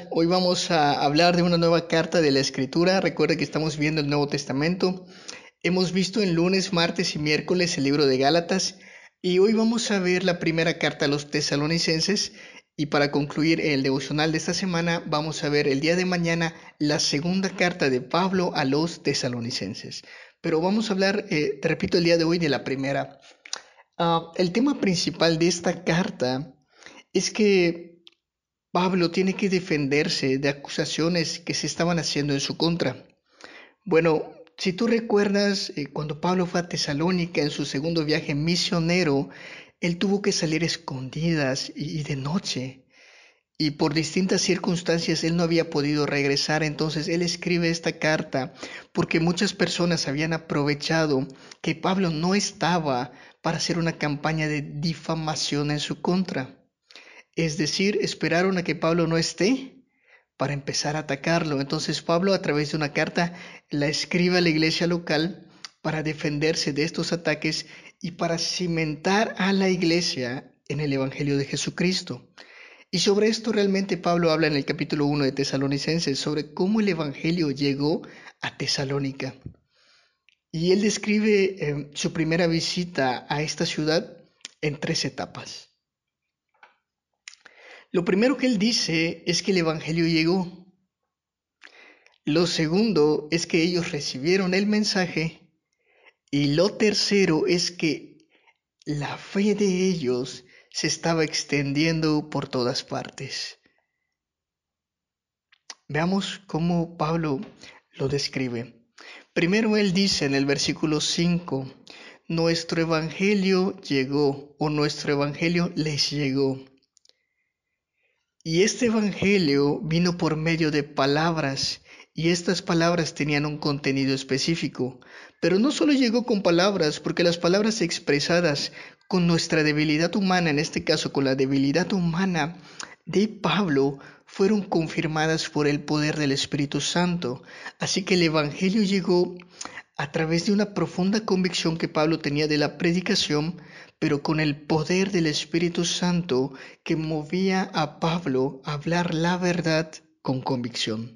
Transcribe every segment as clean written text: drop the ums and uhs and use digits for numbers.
Hoy vamos a hablar de una nueva carta de la Escritura. Recuerda que estamos viendo el Nuevo Testamento. Hemos visto en lunes, martes y miércoles el libro de Gálatas y hoy vamos a ver la primera carta a los tesalonicenses y para concluir el devocional de esta semana vamos a ver el día de mañana la segunda carta de Pablo a los tesalonicenses. Pero vamos a hablar, te repito, el día de hoy de la primera. El tema principal de esta carta es que Pablo tiene que defenderse de acusaciones que se estaban haciendo en su contra. Bueno, si tú recuerdas, cuando Pablo fue a Tesalónica en su segundo viaje misionero, él tuvo que salir escondidas y de noche. Y por distintas circunstancias él no había podido regresar, entonces él escribe esta carta porque muchas personas habían aprovechado que Pablo no estaba para hacer una campaña de difamación en su contra. Es decir, esperaron a que Pablo no esté para empezar a atacarlo. Entonces Pablo a través de una carta la escribe a la iglesia local para defenderse de estos ataques y para cimentar a la iglesia en el Evangelio de Jesucristo. Y sobre esto realmente Pablo habla en el capítulo 1 de Tesalonicenses, sobre cómo el Evangelio llegó a Tesalónica. Y él describe su primera visita a esta ciudad en tres etapas. Lo primero que él dice es que el Evangelio llegó. Lo segundo es que ellos recibieron el mensaje. Y lo tercero es que la fe de ellos se estaba extendiendo por todas partes. Veamos cómo Pablo lo describe. Primero él dice en el versículo 5, nuestro evangelio llegó o nuestro evangelio les llegó. Y este evangelio vino por medio de palabras, y estas palabras tenían un contenido específico. Pero no solo llegó con palabras, porque las palabras expresadas con nuestra debilidad humana, en este caso con la debilidad humana de Pablo, fueron confirmadas por el poder del Espíritu Santo. Así que el evangelio llegó a través de una profunda convicción que Pablo tenía de la predicación, pero con el poder del Espíritu Santo que movía a Pablo a hablar la verdad con convicción.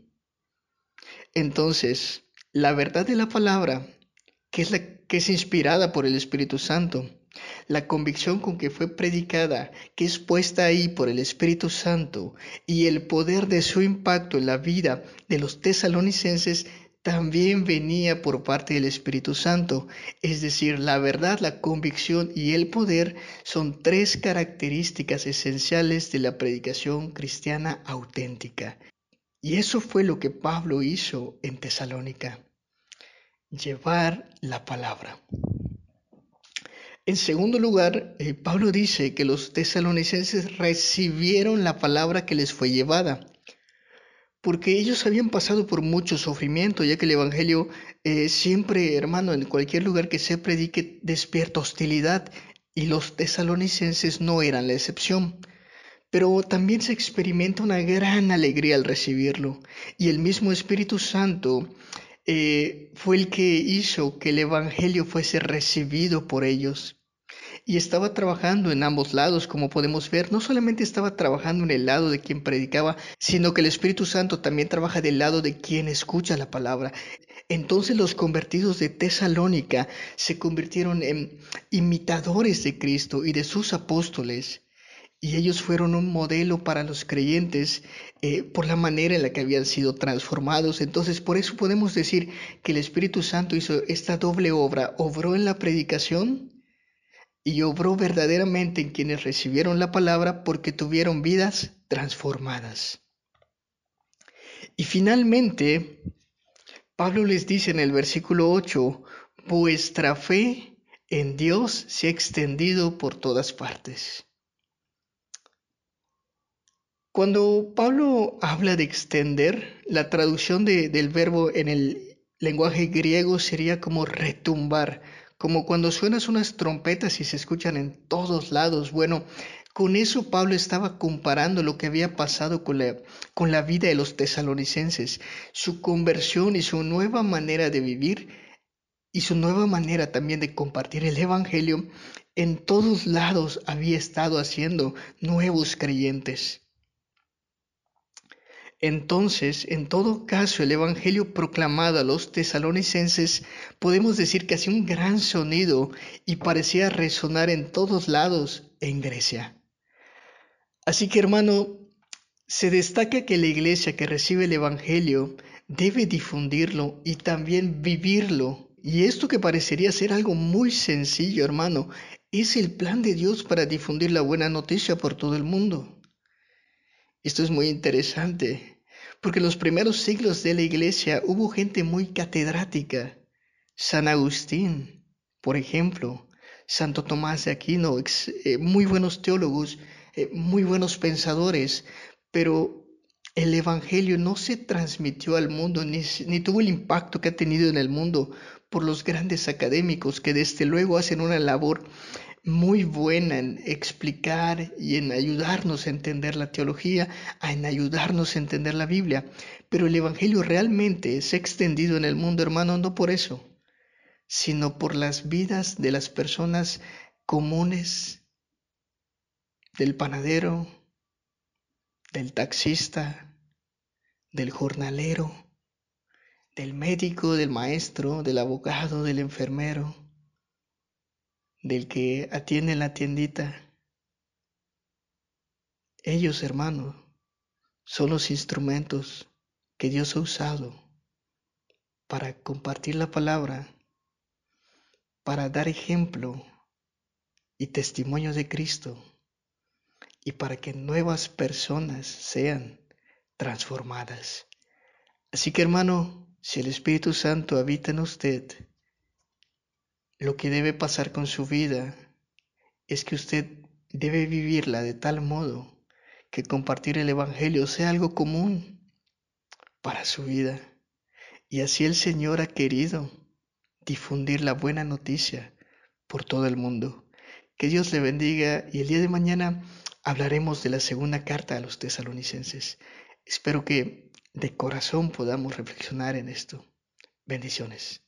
Entonces, la verdad de la palabra, que es inspirada por el Espíritu Santo, la convicción con que fue predicada, que es puesta ahí por el Espíritu Santo, y el poder de su impacto en la vida de los tesalonicenses también venía por parte del Espíritu Santo. Es decir, la verdad, la convicción y el poder son tres características esenciales de la predicación cristiana auténtica. Y eso fue lo que Pablo hizo en Tesalónica, llevar la palabra. En segundo lugar, Pablo dice que los tesalonicenses recibieron la palabra que les fue llevada, porque ellos habían pasado por mucho sufrimiento, ya que el Evangelio siempre, hermano, en cualquier lugar que se predique, despierta hostilidad, y los tesalonicenses no eran la excepción. Pero también se experimenta una gran alegría al recibirlo, y el mismo Espíritu Santo fue el que hizo que el Evangelio fuese recibido por ellos. Y estaba trabajando en ambos lados, como podemos ver. No solamente estaba trabajando en el lado de quien predicaba, sino que el Espíritu Santo también trabaja del lado de quien escucha la palabra. Entonces los convertidos de Tesalónica se convirtieron en imitadores de Cristo y de sus apóstoles. Y ellos fueron un modelo para los creyentes por la manera en la que habían sido transformados. Entonces, por eso podemos decir que el Espíritu Santo hizo esta doble obra. Obró en la predicación y obró verdaderamente en quienes recibieron la palabra porque tuvieron vidas transformadas. Y finalmente, Pablo les dice en el versículo 8, vuestra fe en Dios se ha extendido por todas partes. Cuando Pablo habla de extender, la traducción del verbo en el lenguaje griego sería como retumbar, como cuando suenas unas trompetas y se escuchan en todos lados. Bueno, con eso Pablo estaba comparando lo que había pasado con la vida de los tesalonicenses, su conversión y su nueva manera de vivir y su nueva manera también de compartir el Evangelio. En todos lados había estado haciendo nuevos creyentes. Entonces, en todo caso, el Evangelio proclamado a los tesalonicenses podemos decir que hacía un gran sonido y parecía resonar en todos lados en Grecia. Así que, hermano, se destaca que la iglesia que recibe el Evangelio debe difundirlo y también vivirlo. Y esto que parecería ser algo muy sencillo, hermano, es el plan de Dios para difundir la buena noticia por todo el mundo. Esto es muy interesante, porque en los primeros siglos de la iglesia hubo gente muy catedrática. San Agustín, por ejemplo, Santo Tomás de Aquino, muy buenos teólogos, muy buenos pensadores, pero el Evangelio no se transmitió al mundo ni tuvo el impacto que ha tenido en el mundo por los grandes académicos que desde luego hacen una labor muy buena en explicar y en ayudarnos a entender la teología, en ayudarnos a entender la Biblia. Pero el Evangelio realmente se ha extendido en el mundo, hermano, no por eso, sino por las vidas de las personas comunes, del panadero, del taxista, del jornalero, del médico, del maestro, del abogado, del enfermero, del que atiende en la tiendita. Ellos, hermanos, son los instrumentos que Dios ha usado para compartir la palabra, para dar ejemplo y testimonio de Cristo y para que nuevas personas sean transformadas. Así que, hermano, si el Espíritu Santo habita en usted, lo que debe pasar con su vida es que usted debe vivirla de tal modo que compartir el Evangelio sea algo común para su vida. Y así el Señor ha querido difundir la buena noticia por todo el mundo. Que Dios le bendiga y el día de mañana hablaremos de la segunda carta a los tesalonicenses. Espero que de corazón podamos reflexionar en esto. Bendiciones.